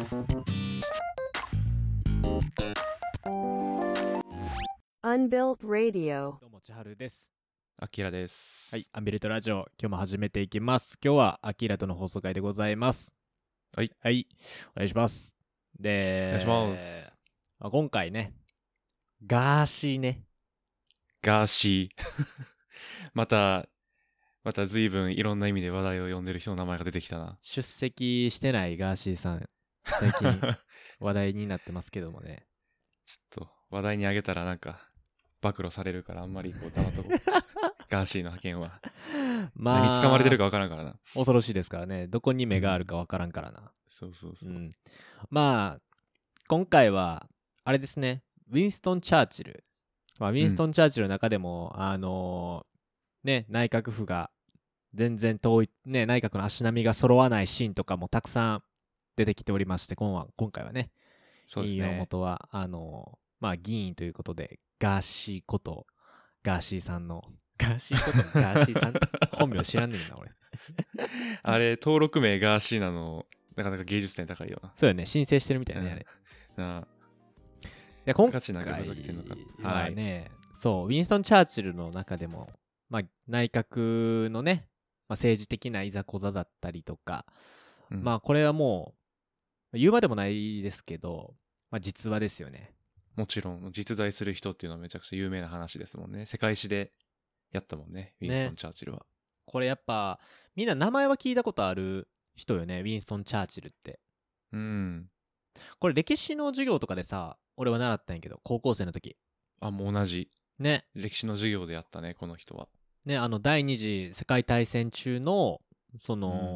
Unbuilt Radio。 どうも千春です。 あきらです。 はい、アンビルトラジオ、今日も始めていきます。今日はあきらとの放送回でございます。 はい、 はい、お願いします。で、 お願いします。 今回ね、ガーシーね。 ガーシー。また随分いろんな意味で話題を呼んでる人の名前が出てきたな。 出席してないガーシーさん、最近話題になってますけどもね。 ちょっと話題にあげたらなんか暴露されるからあんまりこう黙っとこう。ガーシーの派遣は。 まあ、 何掴まれてるかわからんからな。 恐ろしいですからね。どこに目があるかわからんからな。 そうそうそう。 まあ、今回は、あれですね、ウィンストン・チャーチル。ウィンストン・チャーチルの中でも、ね、内閣府が全然遠い、ね、内閣の足並みが揃わないシーンとかもたくさん出てきておりまして、今回はね、 そうですね。 いい元は、議員ということで、ガーシーこと、ガーシーさんの、ガーシーことガーシーさん本名知らんねんな、俺。 あれ、登録名ガーシーなの、なかなか芸術点高いよな。 そうよね、申請してるみたいね、あれ。で今回はね、そう、ウィンストン・チャーチルの中でも、内閣のね、政治的ないざこざだったりとか、これはもう、言うまでもないですけど、実話ですよね。 もちろん、実在する人っていうのはめちゃくちゃ有名な話ですもんね。世界史でやったもんね、ウィンストン・チャーチルは。 これやっぱ、みんな名前は聞いたことある人よね、ウィンストン・チャーチルって。これ歴史の授業とかでさ、俺は習ったんやけど、高校生の時。 もう同じ。 ね。 歴史の授業でやったね、この人は。 ね、第二次世界大戦中の、ヒ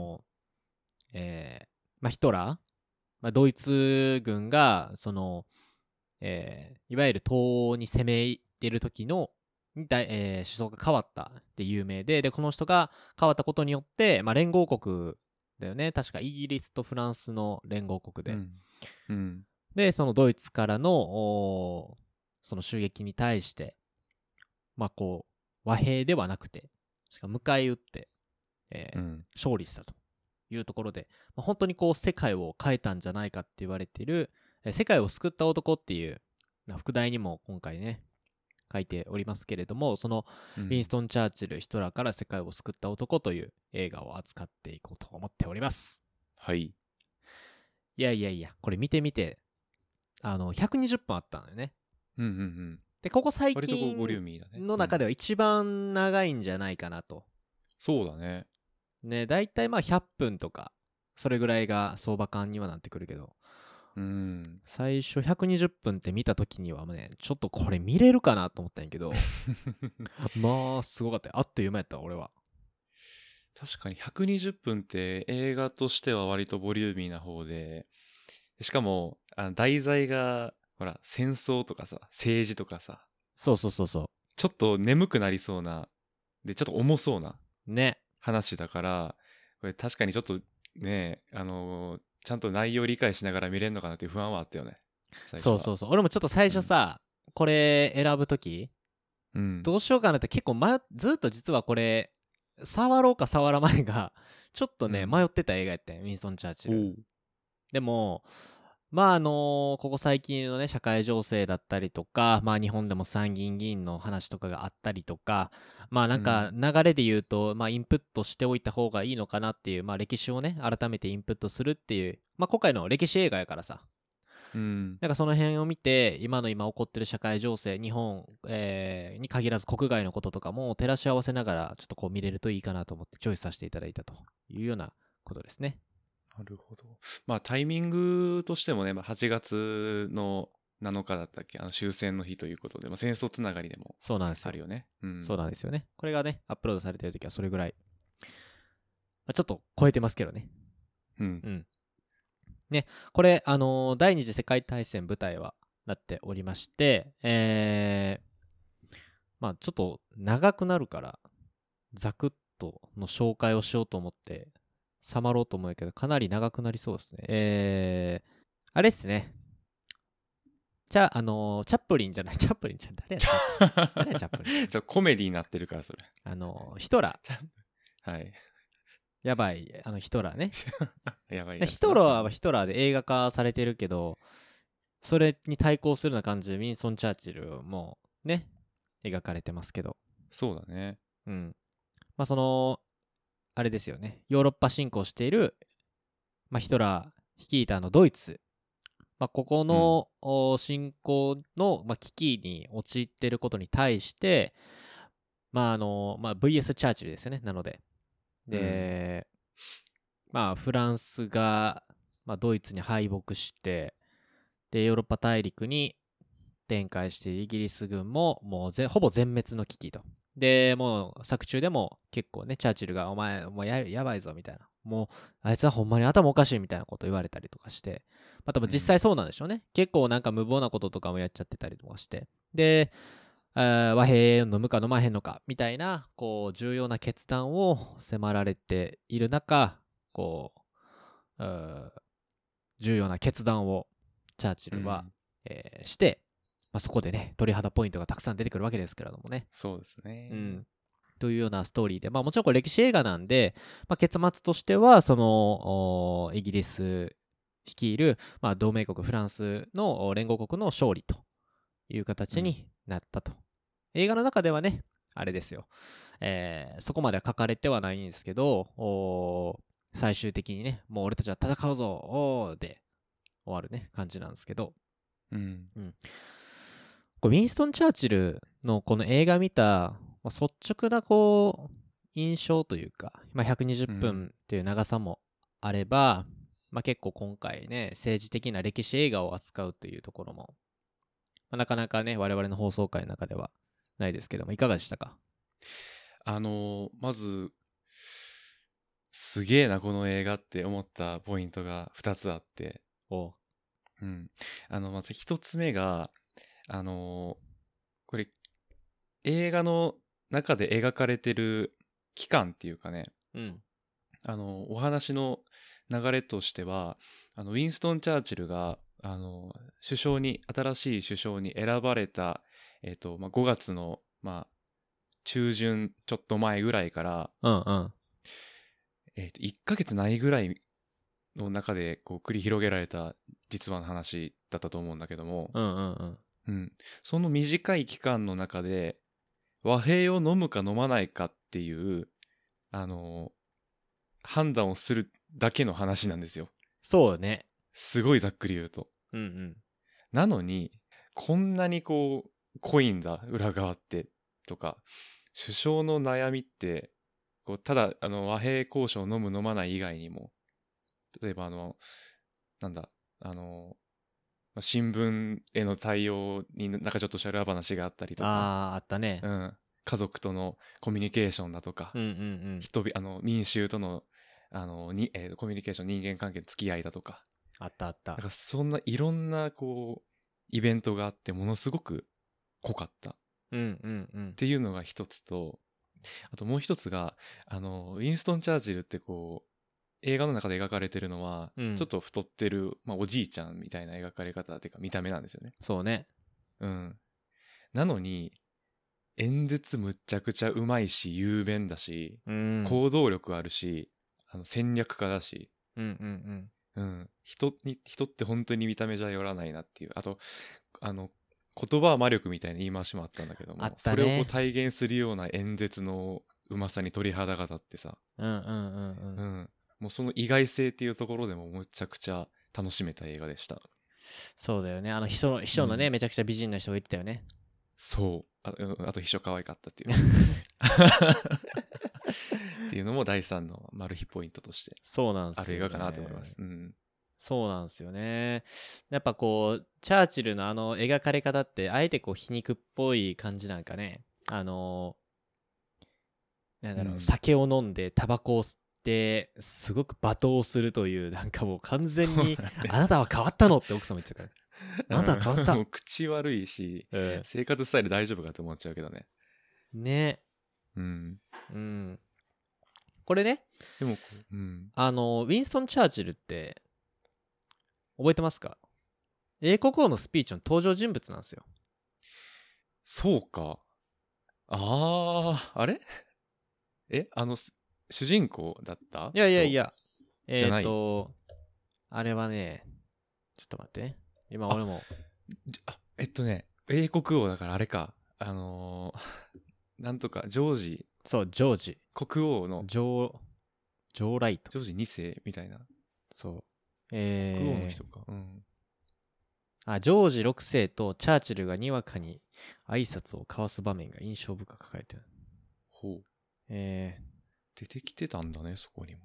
トラー、ドイツ軍が、いわゆる東欧に攻め入れる時の、首相が変わったって有名で、この人が変わったことによって、連合国だよね。確かイギリスとフランスの連合国で。で、そのドイツからの、その襲撃に対して、和平ではなくて、しかも迎え撃って、勝利したというところで、本当にこう世界を変えたんじゃないかって言われている、世界を救った男っていう、副題にも今回ね、書いておりますけれども、そのウィンストン・チャーチル、ヒトラーから世界を救った男という映画を扱っていこうと思っております。 はい。 いや、これ見てみて、120分あったんだよね。で、ここ最近の中では一番長いんじゃないかなと。 そうだね。 ね、だいたい100分とか、それぐらいが相場感にはなってくるけど、最初120分って見た時にはね、ちょっとこれ見れるかなと思ったんやけど、すごかったよ。あっという間やった、俺は。 確かに120分って映画としては割とボリューミーな方で、しかも題材がほら戦争とかさ、政治とかさ、 そうちょっと眠くなりそうなで、ちょっと重そうな話だから、これ確かにちょっとね、ちゃんと内容を理解しながら見れるのかなっていう不安はあったよね。 そう俺もちょっと最初さ、これ選ぶとき、どうしようかなって結構ずっと実はこれ触ろうか触らないがちょっとね、迷ってた映画やったよ、ウィンストン・チャーチル。でもここ最近のね、社会情勢だったりとか、日本でも参議院議員の話とかがあったりとか、なんか流れで言うと、インプットしておいた方がいいのかなっていう、歴史をね、改めてインプットするっていう、今回の歴史映画やからさ。なんかその辺を見て、今起こってる社会情勢、日本、に限らず国外のこととかも照らし合わせながら、ちょっとこう見れるといいかなと思ってチョイスさせていただいたというようなことですね。 なるほど。タイミングとしてもね、8月の7日だったっけ、終戦の日ということで、戦争つながりでもあるよね。 そうなんですよね。これがね、アップロードされてるときはそれぐらい、ちょっと超えてますけどね。ね、これ、第二次世界大戦舞台はなっておりまして、ちょっと長くなるから、ザクッとの紹介をしようと思って、さまろうと思うけど、かなり長くなりそうですね。あれっすね。チャップリンじゃない、チャップリンじゃ誰やチャップリン。 コメディになってるから、それ。 ヒトラー。はい。 やばいヒトラーね。 やばいやつな。 ヒトラーはヒトラーで映画化されてるけど、それに対抗するような感じでウィンストン・チャーチルもね描かれてますけど、 そうだね。 うん、まあそのあれですよね、ヨーロッパ侵攻している、まあ、ヒトラー率いたドイツ、まあ、ここの、侵攻の、まあ、危機に陥っていることに対して、まあまあ、VS チャーチルですよね。なので、で、まあフランスが、まあ、ドイツに敗北して、でヨーロッパ大陸に展開してイギリス軍ももうほぼ全滅の危機と。でもう作中でも結構ねチャーチルがお前もう やばいぞみたいな、もうあいつはほんまに頭おかしいみたいなこと言われたりとかして、まあ多分実際そうなんでしょうね、結構なんか無謀なこととかもやっちゃってたりとかして、で和平を飲むか飲まへんのかみたいなこう重要な決断を迫られている中、こう重要な決断をチャーチルは、して、まあ、そこでね鳥肌ポイントがたくさん出てくるわけですけれどもね。 そうですね。 うん、というようなストーリーで、まあ、もちろんこれ歴史映画なんで、まあ、結末としてはそのイギリス率いる、まあ、同盟国フランスの連合国の勝利という形になったと、映画の中ではねあれですよ、そこまでは書かれてはないんですけど、最終的にねもう俺たちは戦うぞで終わるね感じなんですけど、これウィンストン・チャーチルのこの映画見た、まあ、率直なこう印象というか、まあ、120分っていう長さもあれば、まあ、結構今回ね政治的な歴史映画を扱うというところも、まあ、なかなかね我々の放送回の中ではないですけども、いかがでしたか？ まずすげえなこの映画って思ったポイントが2つあって、まず1つ目がこれ映画の中で描かれてる期間っていうかね、お話の流れとしてはウィンストン・チャーチルが新しい首相に選ばれた、5月の、中旬ちょっと前ぐらいから、1ヶ月ないぐらいの中でこう繰り広げられた実話の話だったと思うんだけども、その短い期間の中で和平を飲むか飲まないかっていう判断をするだけの話なんですよ。 そうね。 すごいざっくり言うと。なのにこんなにこう濃いんだ裏側ってとか、首相の悩みってこうただ和平交渉を飲む飲まない以外にも、例えば新聞への対応になんかちょっとしゃれ話があったりとか、 あったね、 家族とのコミュニケーションだとか、民衆とのコミュニケーション、人間関係の付き合いだとか、 あった。 なんかそんないろんなこうイベントがあってものすごく濃かったっていうのが一つと、あともう一つがウィンストン・チャーチルってこう映画の中で描かれてるのは、ちょっと太ってる、おじいちゃんみたいな描かれ方っていうか見た目なんですよね。 そうね。 なのに演説むっちゃくちゃうまいし雄弁だし、行動力あるし戦略家だし、人って本当に見た目じゃよらないなっていう。あと言葉は魔力みたいな言い回しもあったんだけども、それをこう体現するような演説のうまさに鳥肌が立ってさ、もうその意外性っていうところでもむちゃくちゃ楽しめた映画でした。 そうだよね。秘書のね、めちゃくちゃ美人な人が言ってたよね。 そう。あと秘書可愛かったっていうっていうのも第3のマル秘ポイントとしてある映画かなと思います。 そうなんですよね。やっぱこうチャーチルの描かれ方ってあえてこう皮肉っぽい感じなんかね、酒を飲んでタバコを吸ってすごく罵倒するという、なんかもう完全にあなたは変わったのって奥様言ってたから、あなたは変わった、 もう口悪いし、生活スタイル大丈夫かと思っちゃうけどね。 ね。これね、 でも、 ウィンストン・チャーチルって覚えてますか？英国王のスピーチの登場人物なんですよ。 そうか。あれ主人公だった？ いやいやいや、 じゃないあれはね、ちょっと待ってね。今あ俺も。 英国王だからあれか。なんとか、ジョージ、 そう、ジョージ。 国王の、 ジョーライト。 ジョージ2世みたいな。 そう。 国王の人か。うん。 ジョージ6世とチャーチルがにわかに挨拶を交わす場面が印象深く書かれてる。 ほう。 出てきてたんだね、そこにも。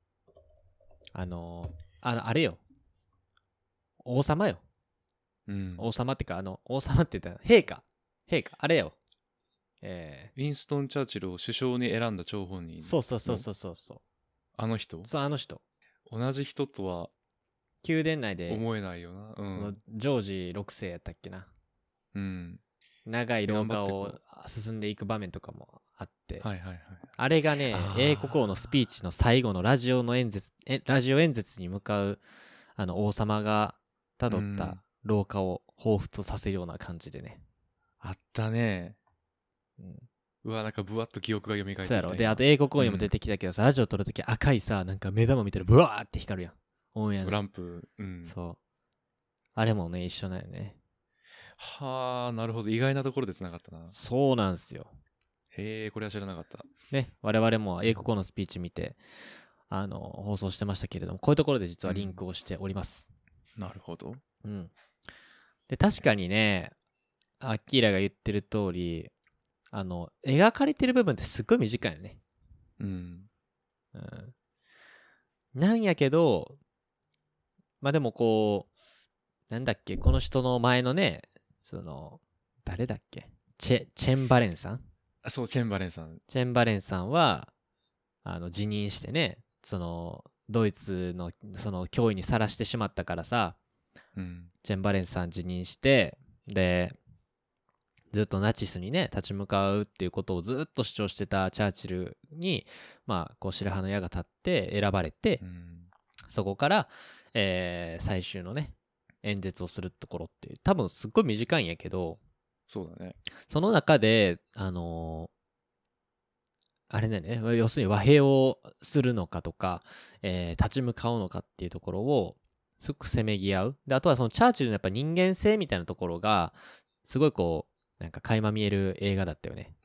あれよ。王様よ。 うん。 王様ってか、王様って言ったら、陛下、あれよ。 ウィンストン・チャーチルを首相に選んだ張本人。 そう。 あの人？ そう、あの人。 同じ人とは宮殿内で思えないよな。 そのジョージ6世やったっけな。 うん。 長い廊下を進んでいく場面とかもあって、 はい。 あれがね、英国王のスピーチの最後のラジオ演説に向かう王様がたどった廊下を彷彿とさせるような感じでね。 あったね。 うん、 うわ、なんかブワッと記憶が蘇ってきた。 そうやろ。で、あと英国王にも出てきたけどさ、ラジオ撮るとき赤いさ、なんか目玉見たらブワーって光るやん。オンエアのランプ。 そう。あれもね、一緒なんよね。 はあ、なるほど。意外なところで繋がったな。 そうなんすよ。 へえ、これは知らなかった。 ね、我々も英国王のスピーチ見て、放送してましたけれども、こういうところで実はリンクをしております。 なるほど。 うん。で、確かにね、アッキーラが言ってる通り、描かれてる部分ってすっごい短いよね。なんやけど、まあでもこう、なんだっけ、この人の前のね、誰だっけ、チェンバレンさん？ そう、チェンバレンさん。 チェンバレンさんは、辞任してね、ドイツの脅威にさらしてしまったからさ、チェンバレンさん辞任して、で、ずっとナチスにね、立ち向かうっていうことをずっと主張してたチャーチルに、まあ、こう白羽の矢が立って選ばれて、そこから、最終のね、演説をするところっていう、多分すっごい短いんやけど、 そうだね。 その中で、あれだね、要するに和平をするのかとか、立ち向かうのかっていうところを、すごくせめぎ合う。で、あとはそのチャーチルのやっぱ人間性みたいなところが、すごいこう、なんか垣間見える映画だったよね。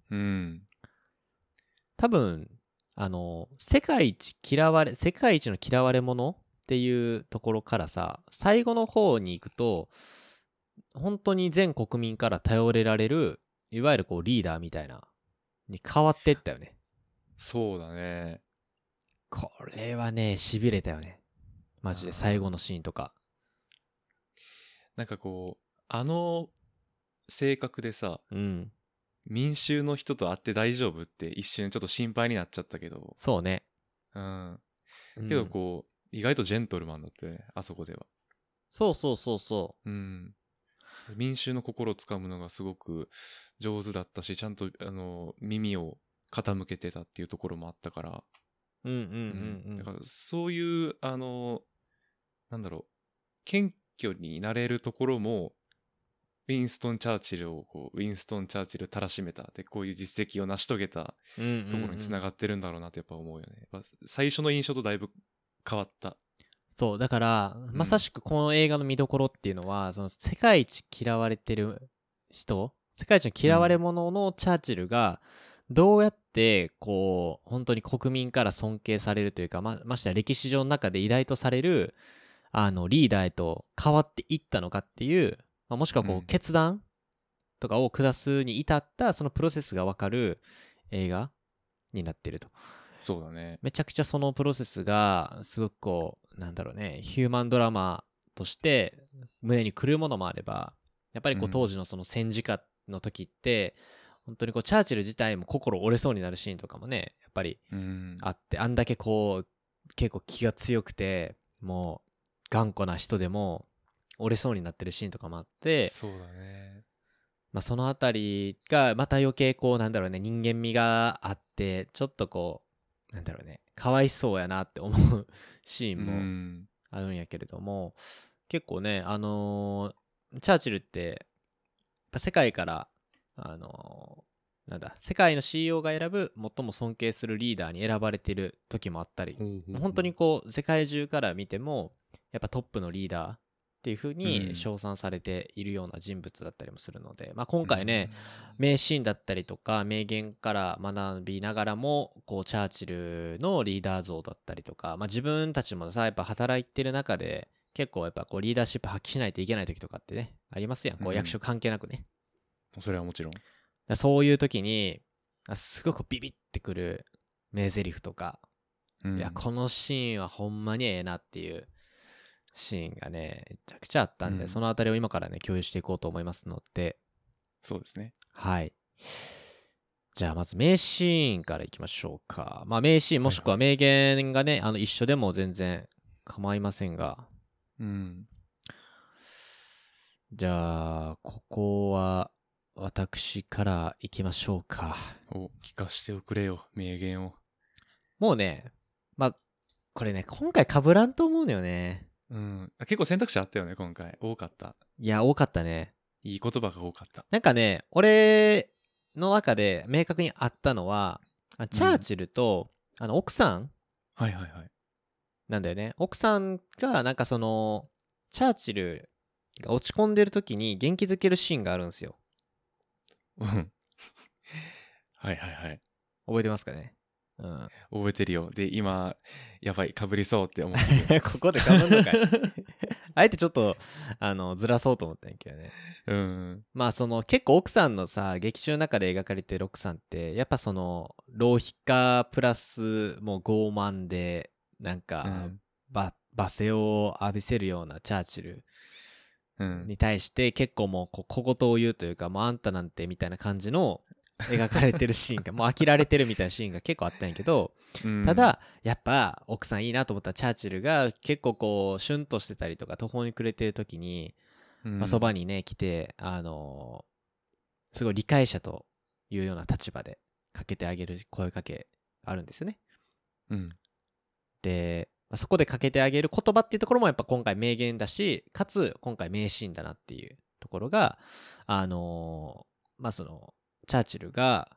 多分、世界一の嫌われ者っていうところからさ、最後の方に行くと、本当に全国民から頼れられる、いわゆるこうリーダーみたいな、に変わってったよね。 そうだね。 これはね、痺れたよね。マジで最後のシーンとか。 なんかこう、性格でさ、民衆の人と会って大丈夫って一瞬ちょっと心配になっちゃったけど。 そうね。 けどこう、意外とジェントルマンだってね、あそこでは。 そう。 民衆の心をつかむのがすごく上手だったし、ちゃんと耳を傾けてたっていうところもあったから。だからそういうなんだろう、謙虚になれるところもウィンストン・チャーチルをウィンストン・チャーチルたらしめたで、こういう実績を成し遂げたところにつながってるんだろうなってやっぱ思うよね。最初の印象とだいぶ変わった。 そうだから、まさしくこの映画の見どころっていうのは、その世界一嫌われてる人、世界一の嫌われ者のチャーチルがどうやってこう本当に国民から尊敬されるというか、ましてや歴史上の中で偉大とされるリーダーへと変わっていったのかっていう、もしくはこう決断とかを下すに至ったそのプロセスが分かる映画になっていると。 そうだね。 めちゃくちゃそのプロセスがすごくこうなんだろうね、ヒューマンドラマとして胸にくるものもあれば、やっぱりこう当時のその戦時下の時って本当にこうチャーチル自体も心折れそうになるシーンとかもね、やっぱりあって、あんだけこう結構気が強くてもう頑固な人でも折れそうになってるシーンとかもあって、 そうだね。 まあそのあたりがまた余計こうなんだろうね、人間味があってちょっとこうなんだろうね、かわいそうやなって思うシーンもあるんやけれども、結構ねチャーチルってやっぱ世界からなんだ、世界の CEO が選ぶ最も尊敬するリーダーに選ばれてる時もあったり、本当にこう世界中から見てもやっぱトップのリーダーっていう風に称賛されているような人物だったりもするので、まあ、今回ね、名シーンだったりとか名言から学びながらもこうチャーチルのリーダー像だったりとか、まあ、自分たちもさやっぱ働いてる中で結構やっぱこうリーダーシップ発揮しないといけない時とかってねありますやん、こう役所関係なくね、 それはもちろん。 そういう時にすごくビビってくる名台詞とか、いやこのシーンはほんまにええなっていうシーンがねめちゃくちゃあったんで、そのあたりを今からね共有していこうと思いますので。 そうですね。 はい。じゃあまず名シーンからいきましょうか。まあ名シーンもしくは名言がね、一緒でも全然構いませんが、じゃあここは私からいきましょうか。 聞かしておくれよ、名言を。 もうね、まあこれね今回被らんと思うのよね。 結構選択肢あったよね今回。多かった。 いや多かったね。 いい言葉が多かった。 なんかね、俺の中で明確にあったのは、チャーチルと、奥さんなんだよね。奥さんが、なんかチャーチルが落ち込んでる時に元気づけるシーンがあるんですよ。 はい。 覚えてますかね。 覚えてるよ。で、今、やばい、かぶりそうって思ってる。 ここでかぶんのかい。あえてちょっと、ずらそうと思ったんやけどね。まあ、結構奥さんのさ、劇中の中で描かれてる奥さんって、やっぱ浪費家プラス、もう傲慢で、なんか、罵声を浴びせるようなチャーチルに対して、結構もう、小言を言うというか、もうあんたなんてみたいな感じの、描かれてるシーンがもう飽きられてるみたいなシーンが結構あったんやけど、ただやっぱ奥さんいいなと思ったチャーチルが結構こうシュンとしてたりとか途方に暮れてる時に、そばにね来てすごい理解者というような立場でかけてあげる声かけあるんですよね。で、そこでかけてあげる言葉っていうところもやっぱ今回名言だし、かつ今回名シーンだなっていうところがまあチャーチルが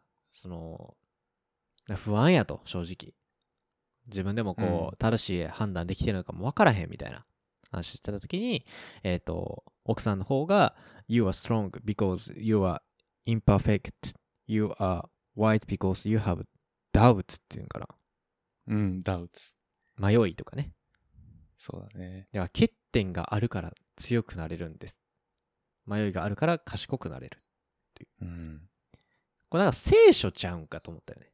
不安やと、正直自分でもこう正しい判断できてるのかも分からへんみたいな話してた時に、奥さんの方が You are strong because you are imperfect, you are wise because you have doubt っていうんかな。 doubt 迷いとかね。 そうだね。 だから欠点があるから強くなれるんです、迷いがあるから賢くなれるっていう。これなんか聖書ちゃうんかと思ったよね。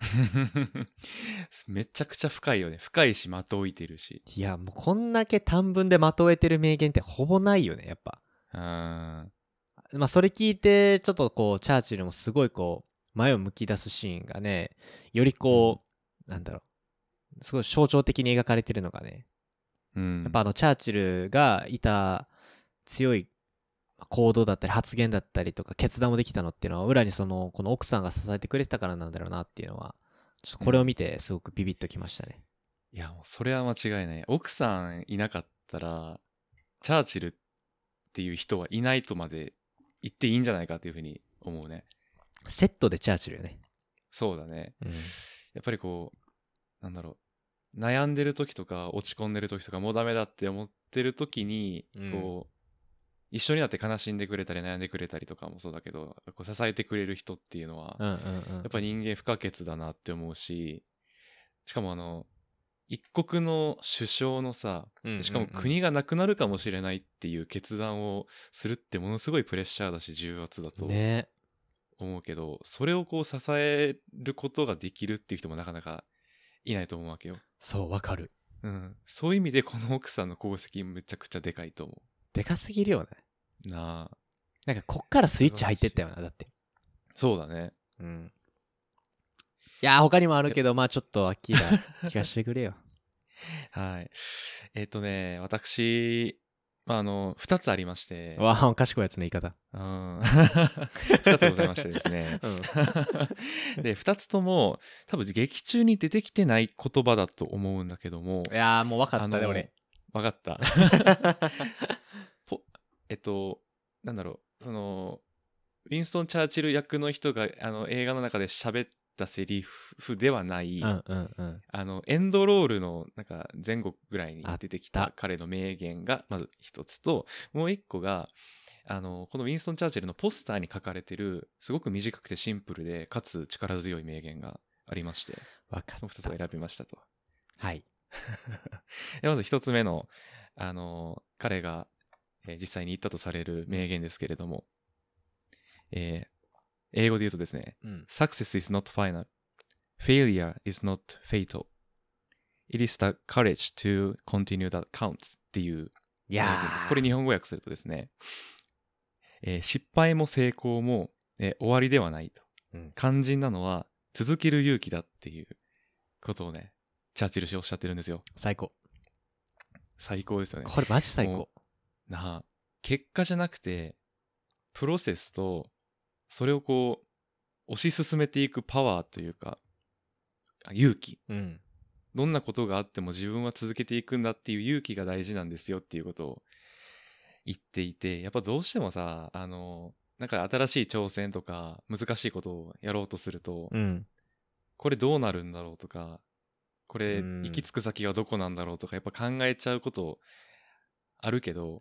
めちゃくちゃ深いよね。深いし的置いてるし。 いやもうこんだけ短文で的を得てる名言ってほぼないよねやっぱ。まあそれ聞いてちょっとこうチャーチルもすごいこう前を向き出すシーンがねよりこう、なんだろうすごい象徴的に描かれてるのがね、やっぱチャーチルがいた強い行動だったり発言だったりとか決断もできたのっていうのは裏にこの奥さんが支えてくれてたからなんだろうなっていうのはちょっとこれを見てすごくビビッときましたね。 いやもうそれは間違いない。奥さんいなかったらチャーチルっていう人はいないとまで言っていいんじゃないかっていうふうに思うね。 セットでチャーチルよね。 そうだね、やっぱりこうなんだろう悩んでる時とか落ち込んでる時とかもうダメだって思ってる時に、こう一緒になって悲しんでくれたり悩んでくれたりとかもそうだけどこう支えてくれる人っていうのは、やっぱ人間不可欠だなって思うし、しかも一国の首相のさ、しかも国がなくなるかもしれないっていう決断をするってものすごいプレッシャーだし重圧だと思うけど、それをこう支えることができるっていう人もなかなかいないと思うわけよ。 そうわかる。 そういう意味でこの奥さんの功績めちゃくちゃでかいと思う。 でかすぎるよね。 なあ。 なんかこっからスイッチ入ってったよな、だって。 そうだね。 いや他にもあるけど、まあちょっとアッキーラ聞かせてくれよ。 はい。私、2つありまして。 わあ、賢いやつの言い方。 2つございましてですね。で、2つとも、多分劇中に出てきてない言葉だと思うんだけども。 いやもう分かったね、俺。 分かった。なんだろう、 ウィンストン・チャーチル役の人が映画の中で喋ったセリフではない、 うんうんうん、 エンドロールのなんか前後ぐらいに出てきた彼の名言がまず一つと、もう一個がこのウィンストン・チャーチルのポスターに書かれてるすごく短くてシンプルでかつ力強い名言がありまして、 分かった。 その2つを選びましたと。 はいまず一つ目の、彼が、実際に言ったとされる名言ですけれども、英語で言うとですね、Success is not final. Failure is not fatal. It is the courage to continue that counts っていう名言です。これ日本語訳するとですね、失敗も成功も、終わりではないと、肝心なのは続ける勇気だっていうことをね、チャーチル氏おっしゃってるんですよ。 最高ですよね。これマジ最高なあ。結果じゃなくてプロセスとそれをこう推し進めていくパワーというか勇気、どんなことがあっても自分は続けていくんだっていう勇気が大事なんですよっていうことを言っていて、やっぱどうしてもさ、なんか新しい挑戦とか難しいことをやろうとすると、これどうなるんだろうとか、これ行き着く先がどこなんだろうとかやっぱ考えちゃうことあるけど、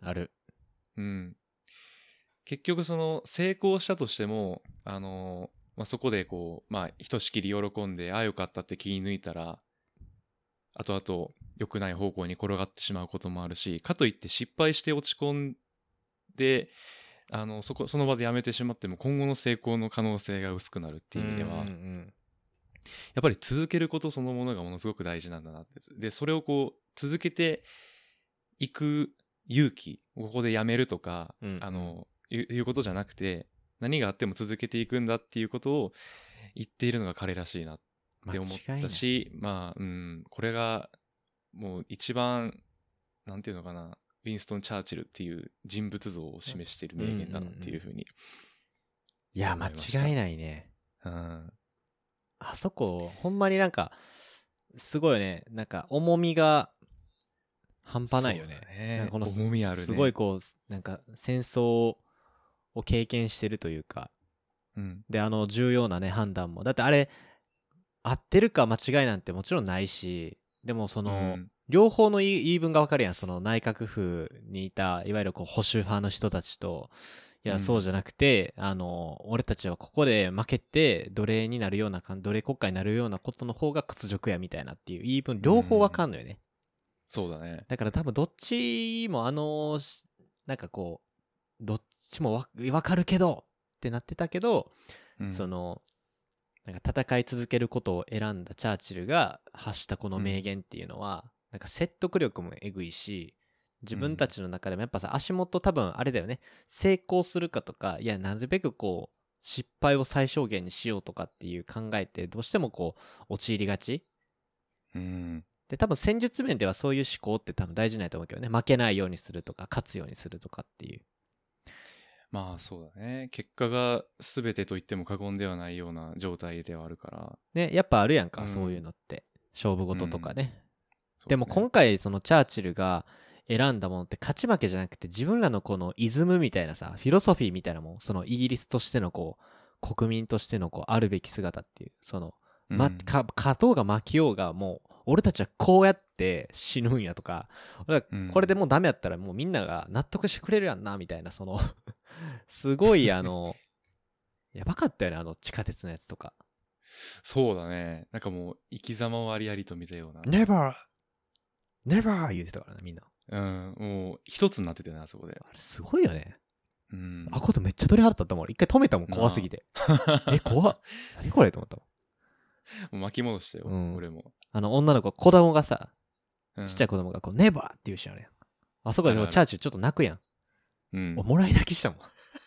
結局その成功したとしてもそこでこうひとしきり喜んでよかったって気に抜いたら後々良くない方向に転がってしまうこともあるし、かといって失敗して落ち込んでその場でやめてしまっても今後の成功の可能性が薄くなるっていう意味では、やっぱり続けることそのものがものすごく大事なんだなって。でそれをこう続けていく勇気、ここでやめるとか、いうことじゃなくて、何があっても続けていくんだっていうことを言っているのが彼らしいなって思ったし、これがもう一番なんていうのかな、ウィンストン・チャーチルっていう人物像を示している名言だなっていうふうに、 いや間違いないね。あそこほんまになんかすごいね、なんか重みが半端ないよね。なんかこの重みあるね。 すごいこうなんか戦争を経験してるというか、で重要なね判断も、だってあれ合ってるか間違いなんてもちろんないし、でもその、両方の言い分が分かるやん。その内閣府にいたいわゆるこう保守派の人たちと、いやそうじゃなくて、俺たちはここで負けて奴隷になるような奴隷国家になるようなことの方が屈辱やみたいなっていう言い分両方分かんのよね。 そうだね。 だから多分どっちもなんかこうどっちも分かるけどってなってたけど、そのなんか戦い続けることを選んだチャーチルが発したこの名言っていうのは、なんか説得力もえぐいし、自分たちの中でもやっぱさ、足元多分あれだよね、成功するかとか、いやなるべくこう失敗を最小限にしようとかっていう考えってどうしてもこう陥りがち。で多分戦術面ではそういう思考って多分大事ないと思うけどね、負けないようにするとか勝つようにするとかっていう。 まあそうだね。結果が全てと言っても過言ではないような状態ではあるからね、やっぱあるやんか、そういうのって勝負事とかね。でも今回そのチャーチルが選んだものって勝ち負けじゃなくて、自分らのこのイズムみたいなさ、フィロソフィーみたいなもん、そのイギリスとしてのこう国民としてのこうあるべき姿っていう、その、勝とうが負けようがもう俺たちはこうやって死ぬんやとか、これでもうダメやったらもうみんなが納得してくれるやんなみたいな、そのすごいやばかったよね、地下鉄のやつとか。 そうだね。なんかもう生き様をありありと見たような。 Never 言ってたからね、みんな。 もう一つになってたよね、あそこで。 あれすごいよね。あことめっちゃ鳥肌立ったもん。一回止めたもん、怖すぎて。怖っ。何これと思ったもん。 もう巻き戻したよ、俺も。 女の子、子供がさ、ちっちゃい子供がこう、ネバーって言うしあれやん。あそこでチャーチルちょっと泣くやん。もらい泣きしたもん。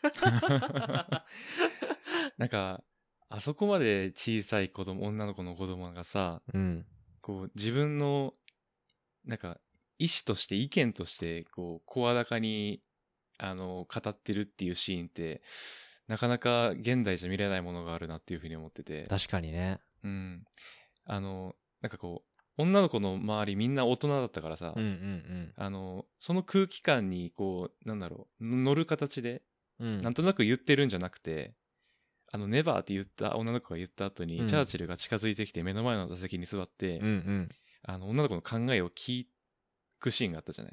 なんか、あそこまで小さい女の子の子供がさ、こう自分のなんか意思として意見としてこう声高に語ってるっていうシーンってなかなか現代じゃ見れないものがあるなっていうふうに思ってて。 確かにね。 なんかこう女の子の周りみんな大人だったからさ、その空気感にこうなんだろう乗る形でなんとなく言ってるんじゃなくて、ネバーって言った女の子が言った後に、チャーチルが近づいてきて目の前の座席に座って、女の子の考えを聞くシーンがあったじゃない。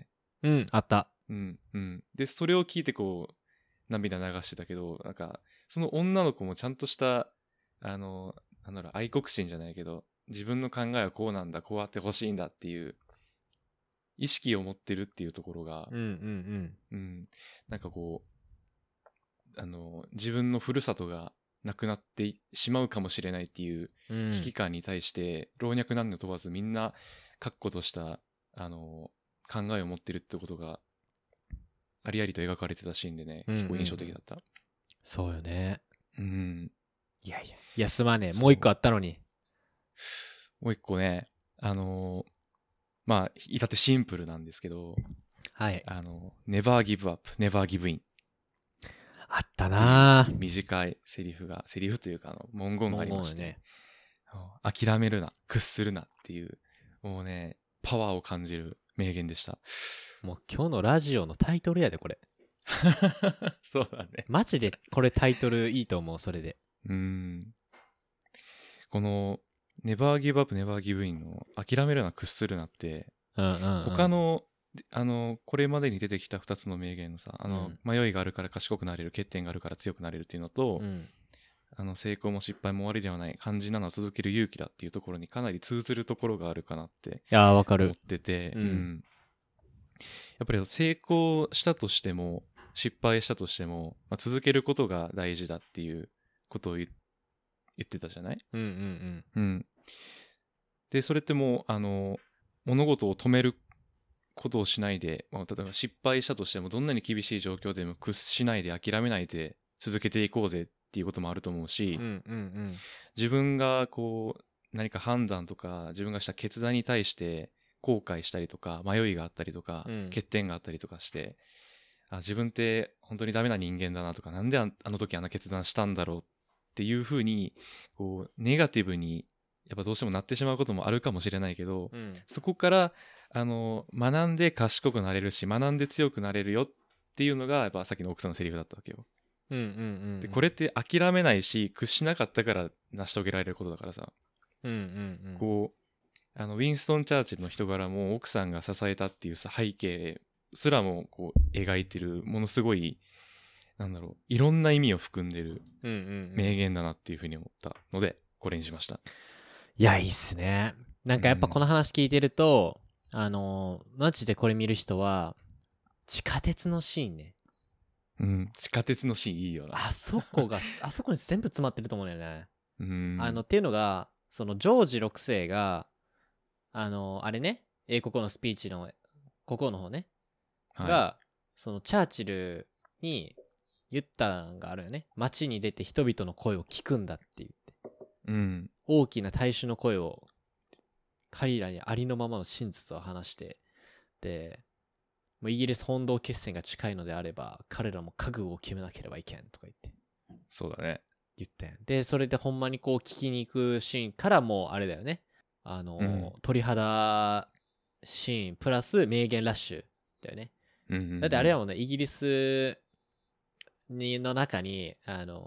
あった。 で、それを聞いてこう、涙流してたけど、なんか、その女の子もちゃんとした、愛国心じゃないけど、自分の考えはこうなんだ、こうあってほしいんだっていう、意識を持ってるっていうところが、なんかこう、自分のふるさとがなくなってしまうかもしれないっていう危機感に対して、老若男女問わずみんな確固とした、考えを持ってるってことが、ありありと描かれてたシーンでね、結構印象的だった。 そうよね。 いや、 すまねえ。もう一個あったのに。 もう一個ね、まあ、至ってシンプルなんですけど、 はい。 never give up, never give in。 あったなぁ。 短いセリフというか文言がありまして、ね、諦めるな、屈するなっていう、もうね、パワーを感じる名言でした。 もう今日のラジオのタイトルやで、これ。 そうだね。 マジでこれタイトルいいと思う、それで。 この、never give up, never give in の諦めるな、屈するなって、他の、これまでに出てきた2つの名言のさ、迷いがあるから賢くなれる、欠点があるから強くなれるっていうのと、成功も失敗も終わりではない、肝心なのは続ける勇気だっていうところにかなり通ずるところがあるかなって思ってて、やっぱり成功したとしても、失敗したとしても、続けることが大事だっていうことを言ってたじゃない？で、それってもう、物事を止めることをしないで、例えば失敗したとしてもどんなに厳しい状況でも屈しないで諦めないで続けていこうぜっていうこともあると思うし、自分がこう何か判断とか自分がした決断に対して後悔したりとか迷いがあったりとか、欠点があったりとかして、自分って本当にダメな人間だなとか、なんであの時あんな決断したんだろうっていうふうにこうネガティブにやっぱどうしてもなってしまうこともあるかもしれないけど、そこから学んで賢くなれるし学んで強くなれるよっていうのがやっぱさっきの奥さんのセリフだったわけよ。でこれって諦めないし屈しなかったから成し遂げられることだからさ、こうウィンストン・チャーチルの人柄も奥さんが支えたっていうさ背景すらもこう描いてるものすごいいろんな意味を含んでる名言だなっていうふうに思ったのでこれにしました。 いや、いいっすね。なんかやっぱこの話聞いてると、マジでこれ見る人は、地下鉄のシーンね。 地下鉄のシーンいいよな。 あそこに全部詰まってると思うんだよね。っていうのが、そのジョージ6世が、あれね、英国のスピーチの、国王の方ね、が、そのチャーチルに言ったのがあるよね。街に出て人々の声を聞くんだって言って。大きな大衆の声を彼らにありのままの真実を話して、でもうイギリス本土決戦が近いのであれば彼らも覚悟を決めなければいけんとか言って、 そうだね、 言ってんで、それでほんまにこう聞きに行くシーンからもうあれだよね、鳥肌シーンプラス名言ラッシュだよね。だってあれはもうね、イギリスの中に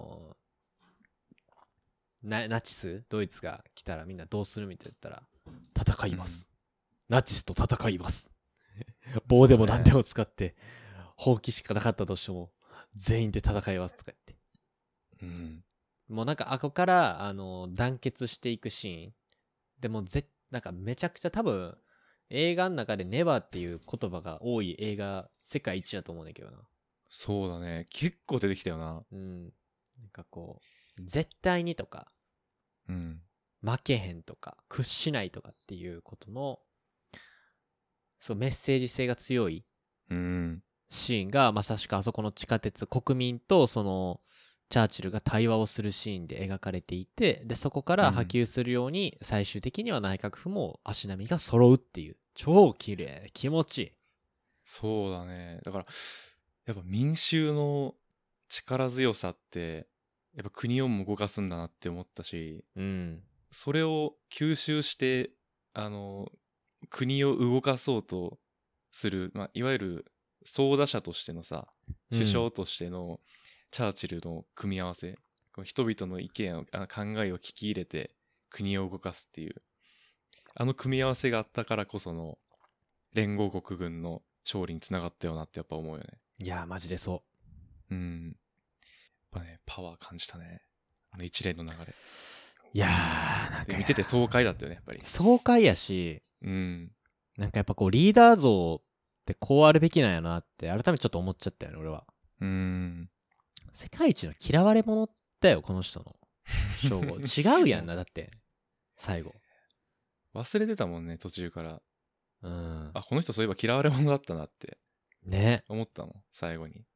ナチスドイツが来たらみんなどうするみたいな言ったら戦います、ナチスと戦います棒でも何でも使って放棄しかなかったとしても全員で戦いますとか言って、もうなんかあこから団結していくシーンでもなんかめちゃくちゃ多分映画の中でネバーっていう言葉が多い映画世界一だと思うんだけどな。 そうだね、結構出てきたよな。 なんかこう絶対にとか、負けへんとか屈しないとかっていうことのそうメッセージ性が強いシーンがまさしくあそこの地下鉄、国民とそのチャーチルが対話をするシーンで描かれていて、でそこから波及するように最終的には内閣府も足並みが揃うっていう、超綺麗気持ちいい。 そうだね、だからやっぱ民衆の力強さってやっぱ国をも動かすんだなって思ったし、それを吸収して国を動かそうとする、いわゆる総打者としてのさ、首相としてのチャーチルの組み合わせ、この人々の意見を考えを聞き入れて国を動かすっていう組み合わせがあったからこその連合国軍の勝利につながったよなってやっぱ思うよね。 いやーマジでそう。やっぱねパワー感じたね、一連の流れ。 いやーなんか見てて爽快だったよねやっぱり。 爽快やし、なんかやっぱこうリーダー像ってこうあるべきなんやなって改めてちょっと思っちゃったよね俺は。世界一の嫌われ者だよこの人の称号違うやんなだって最後忘れてたもんね途中から。 この人そういえば嫌われ者だったなってね思ったもん最後に。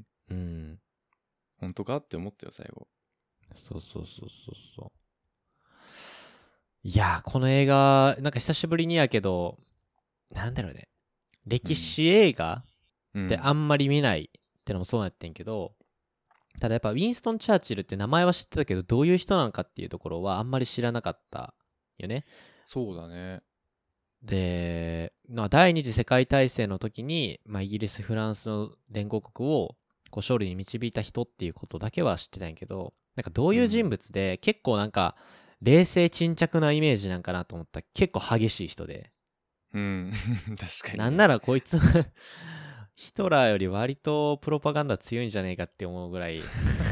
本当かって思ったよ最後。 そういやーこの映画なんか久しぶりにやけどなんだろうね歴史映画ってあんまり見ないってのもそうなってんけど、ただやっぱウィンストン・チャーチルって名前は知ってたけどどういう人なのかっていうところはあんまり知らなかったよね。 そうだね。 で、第二次世界大戦の時に、イギリスフランスの連合国をこう勝利に導いた人っていうことだけは知ってたんやけど、なんかどういう人物で、結構なんか冷静沈着なイメージなんかなと思ったら結構激しい人で、 確かに。 なんならこいつヒトラーより割とプロパガンダ強いんじゃねえかって思うぐらい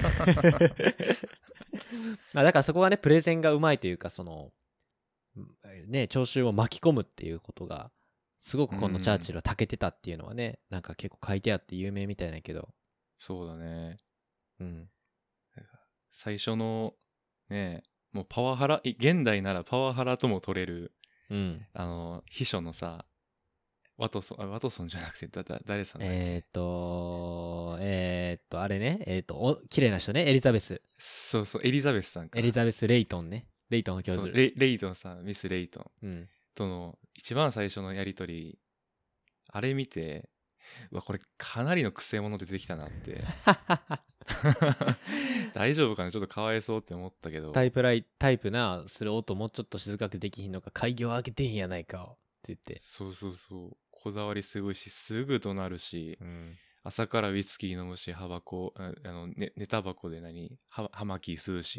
だからそこがねプレゼンがうまいというか、そのね聴衆を巻き込むっていうことがすごくこのチャーチルは長けてたっていうのはね、なんか結構書いてあって有名みたいだけど。 そうだね。最初のねもうパワハラ、現代ならパワハラとも取れる、秘書のさワトソンじゃなくて誰さんだっけ。 あれね、綺麗な人ね、エリザベス。 そうエリザベスさんか。 エリザベス・レイトンね。レイトンの教授。 レイトンさん、ミス・レイトン、との一番最初のやりとり、あれ見て、これかなりの癖者出てきたなって大丈夫かな、ちょっとかわいそうって思ったけど。 タイプなする音もうちょっと静かくできひんのか、開業開けてへんやないかって言って。 そうこだわりすごいし、すぐ怒鳴るし、朝からウイスキー飲むし、寝タバコで葉巻吸うし、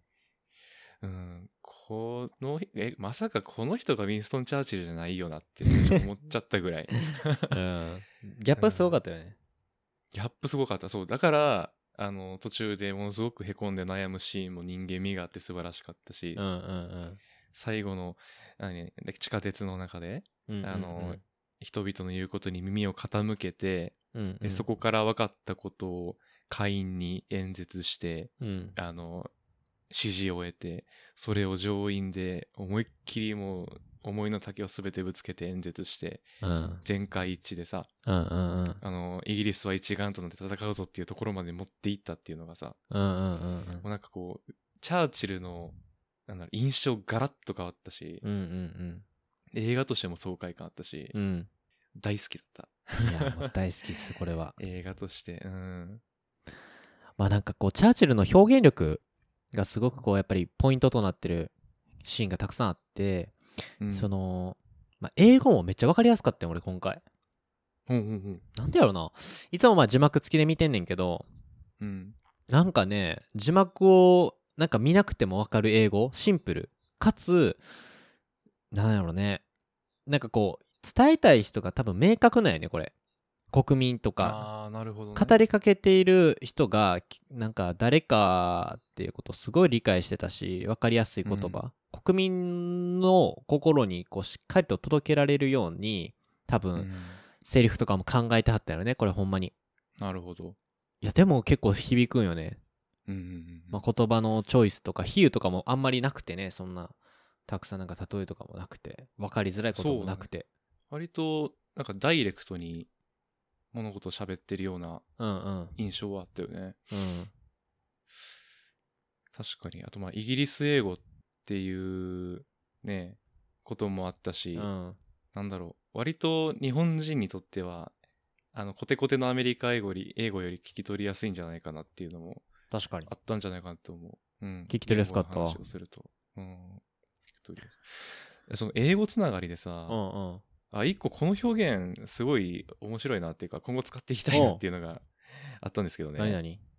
まさかこの人がウィンストン・チャーチルじゃないよなって思っちゃったぐらい、 ギャップすごかったよね。 ギャップすごかった。そうだから途中でものすごくへこんで悩むシーンも人間味があって素晴らしかったし、最後の地下鉄の中で、人々の言うことに耳を傾けて、でそこから分かったことを下院に演説して、支持を得て、それを上院で思いっきりもう思いの丈を全てぶつけて演説して、全会一致でさ、イギリスは一丸となって戦うぞっていうところまで持っていったっていうのがさ、もうなんかこうチャーチルの印象ガラッと変わったし、映画としても爽快感あったし、大好きだった。 いやもう大好きっすこれは。 映画として、 なんかこうチャーチルの表現力がすごくこうやっぱりポイントとなってるシーンがたくさんあって、その英語もめっちゃ分かりやすかったよ俺今回。なんでやろな、いつも字幕付きで見てんねんけど、なんかね字幕をなんか見なくても分かる英語、シンプルかつなんやろね、なんかこう伝えたい人が多分明確なんやねこれ。国民とか、 なるほどね、 語りかけている人がなんか誰かっていうことをすごい理解してたし、分かりやすい言葉、国民の心にこうしっかりと届けられるように多分、セリフとかも考えてはったよねこれほんまに。 なるほど。 いやでも結構響くんよね。言葉のチョイスとか比喩とかもあんまりなくてね、そんなたくさんなんか例えとかもなくて分かりづらいこともなくて、 割となんかダイレクトに物事を喋ってるような印象はあったよね。確かに。あとイギリス英語っていうねこともあったし、なんだろう、割と日本人にとってはコテコテのアメリカ英語より聞き取りやすいんじゃないかなっていうのも確かにあったんじゃないかなと思う。 聞き取りやすかったわ。 話をすると、その英語つながりでさ、一個この表現すごい面白いなっていうか今後使っていきたいなっていうのがあったんですけどね。 何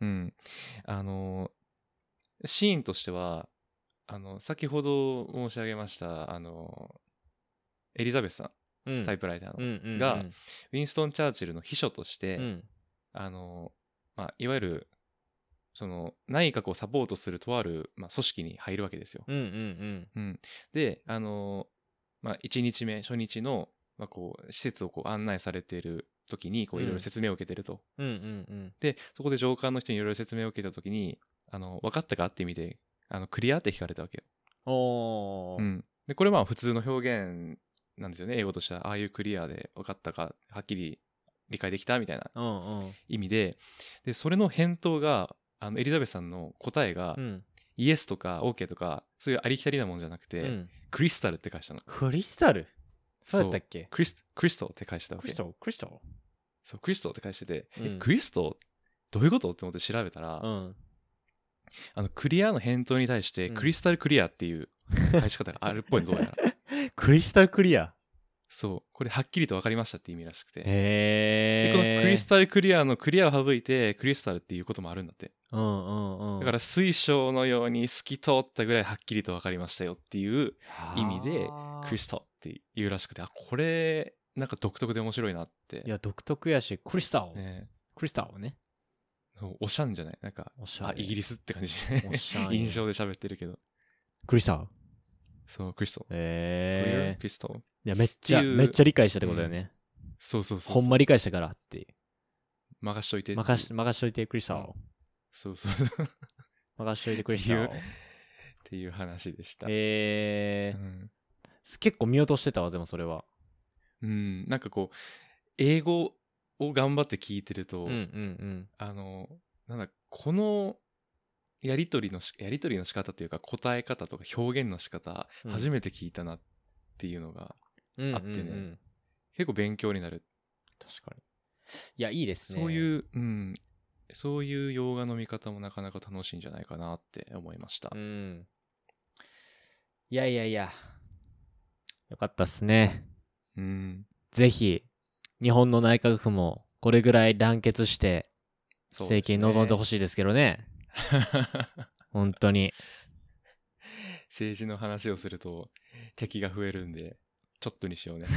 シーンとしては先ほど申し上げましたエリザベスさん、タイプライターの、がウィンストン・チャーチルの秘書として、いわゆるその内閣をサポートするとある、組織に入るわけですよ。で1日目初日の、こう施設をこう案内されている時にこういろいろ説明を受けてると。でそこで上官の人にいろいろ説明を受けた時に分かったかって意味でクリアって聞かれたわけよ。でこれ普通の表現なんですよね。英語としてはああいうクリアで分かったかはっきり理解できたみたいな意味で、それの返答がエリザベスさんの答えが、イエスとか OK とかそういうありきたりなもんじゃなくて、クリスタルって返したの。 クリスタル？そうやったっけ？ クリストって返してたわけ。 クリストそうクリストって返してて、クリストどういうことって思って調べたら、クリアの返答に対してクリスタルクリアっていう返し方があるっぽいの。どうやらクリスタルクリア、 そうこれはっきりと分かりましたって意味らしくて、 でこのクリスタルクリアのクリアを省いてクリスタルっていうこともあるんだって。だから水晶のように透き通ったぐらいはっきりと分かりましたよっていう意味でクリスタルっていうらしくて、これなんか独特で面白いなって。 いや独特やし、クリスタル、クリスタルね、 おしゃんじゃない、なんかイギリスって感じで印象で喋ってるけど、 クリスタル、 そうクリスト、クリスト、 いやめっちゃ理解したってことだよね。 そうほんま理解したからって任しといて任しといてクリスタル、 そう任しといてクリスタルっていう話でした。 結構見落としてたわ。でもそれはなんかこう英語を頑張って聞いてると、なんだこのやり取りの仕方というか答え方とか表現の仕方、初めて聞いたなっていうのがあってね、結構勉強になる。 確かに。いやいいですね。 そういう洋画の見方もなかなか楽しいんじゃないかなって思いました。 いやよかったっすね。ぜひ日本の内閣府もこれぐらい団結して政権に臨んでほしいですけどね。本当に政治の話をすると敵が増えるんでちょっとにしようね。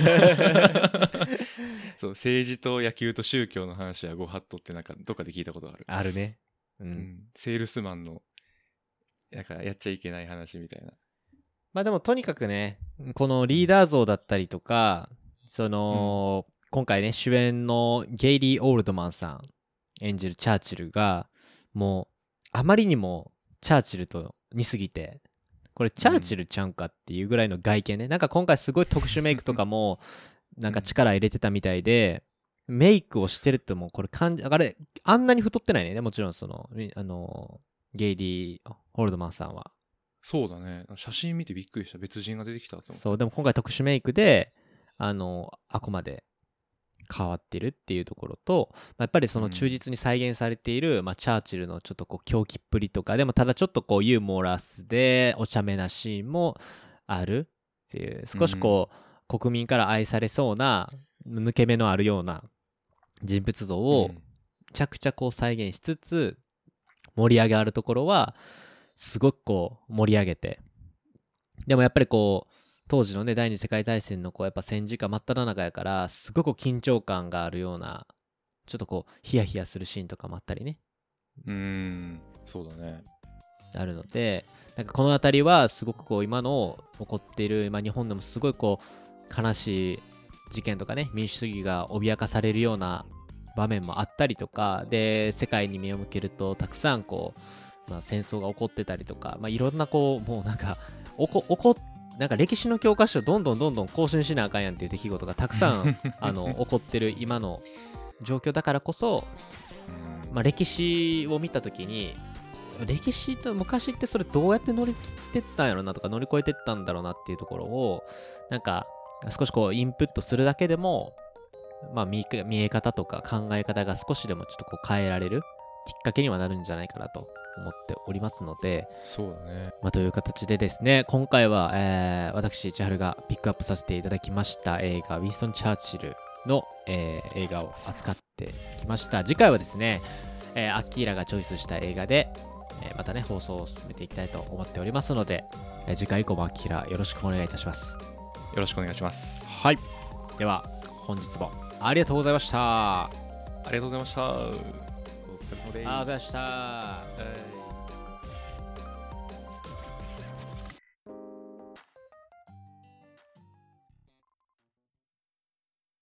そう政治と野球と宗教の話はご法度ってなんかどっかで聞いたことあるね。 セールスマンのなんかやっちゃいけない話みたいな。 でもとにかくね、このリーダー像だったりとか、その、今回ね主演のゲイリー・オールドマンさん演じるチャーチルがもうあまりにもチャーチルと似すぎて、これチャーチルちゃうんかっていうぐらいの外見ね、なんか今回すごい特殊メイクとかもなんか力入れてたみたいで、メイクをしてるってもうこれあんなに太ってないね。もちろんそのゲイリー・ホールドマンさんは。そうだね、 写真見てびっくりした。別人が出てきたと思って。 そうでも今回特殊メイクであくまで変わってるっていうところと、やっぱりその忠実に再現されている、チャーチルのちょっとこう狂気っぷりとかでも、ただちょっとこうユーモラスでお茶目なシーンもあるっていう、少しこう、国民から愛されそうな抜け目のあるような人物像をめちゃくちゃこう再現しつつ、盛り上げあるところはすごくこう盛り上げて、でもやっぱりこう当時のね第二次世界大戦のこうやっぱ戦時下真っ只中やから、すごく緊張感があるような、ちょっとこうヒヤヒヤするシーンとかもあったりね。 そうだね。 あるので、なんかこの辺りはすごくこう今の起こっている、日本でもすごいこう悲しい事件とかね、民主主義が脅かされるような場面もあったりとかで、世界に目を向けるとたくさんこう戦争が起こってたりとか、いろんなこうもうなんかなんか歴史の教科書どんどん更新しなあかんやんっていう出来事がたくさん起こってる今の状況だからこそ、歴史を見た時に、歴史と昔ってそれどうやって乗り切ってったんやろなとか乗り越えてったんだろうなっていうところをなんか少しこうインプットするだけでも、見え方とか考え方が少しでもちょっとこう変えられるきっかけにはなるんじゃないかなと思っておりますので、 そうだね。 という形でですね、今回は、私千春がピックアップさせていただきました映画ウィンストン・チャーチルの、映画を扱ってきました。次回はですね、 アッキーラがチョイスした映画で、またね放送を進めていきたいと思っておりますので、次回以降もアッキーラよろしくお願いいたします。 よろしくお願いします。 はい、では本日もありがとうございました。 ありがとうございました。お疲れ様です。 ありがとうございました。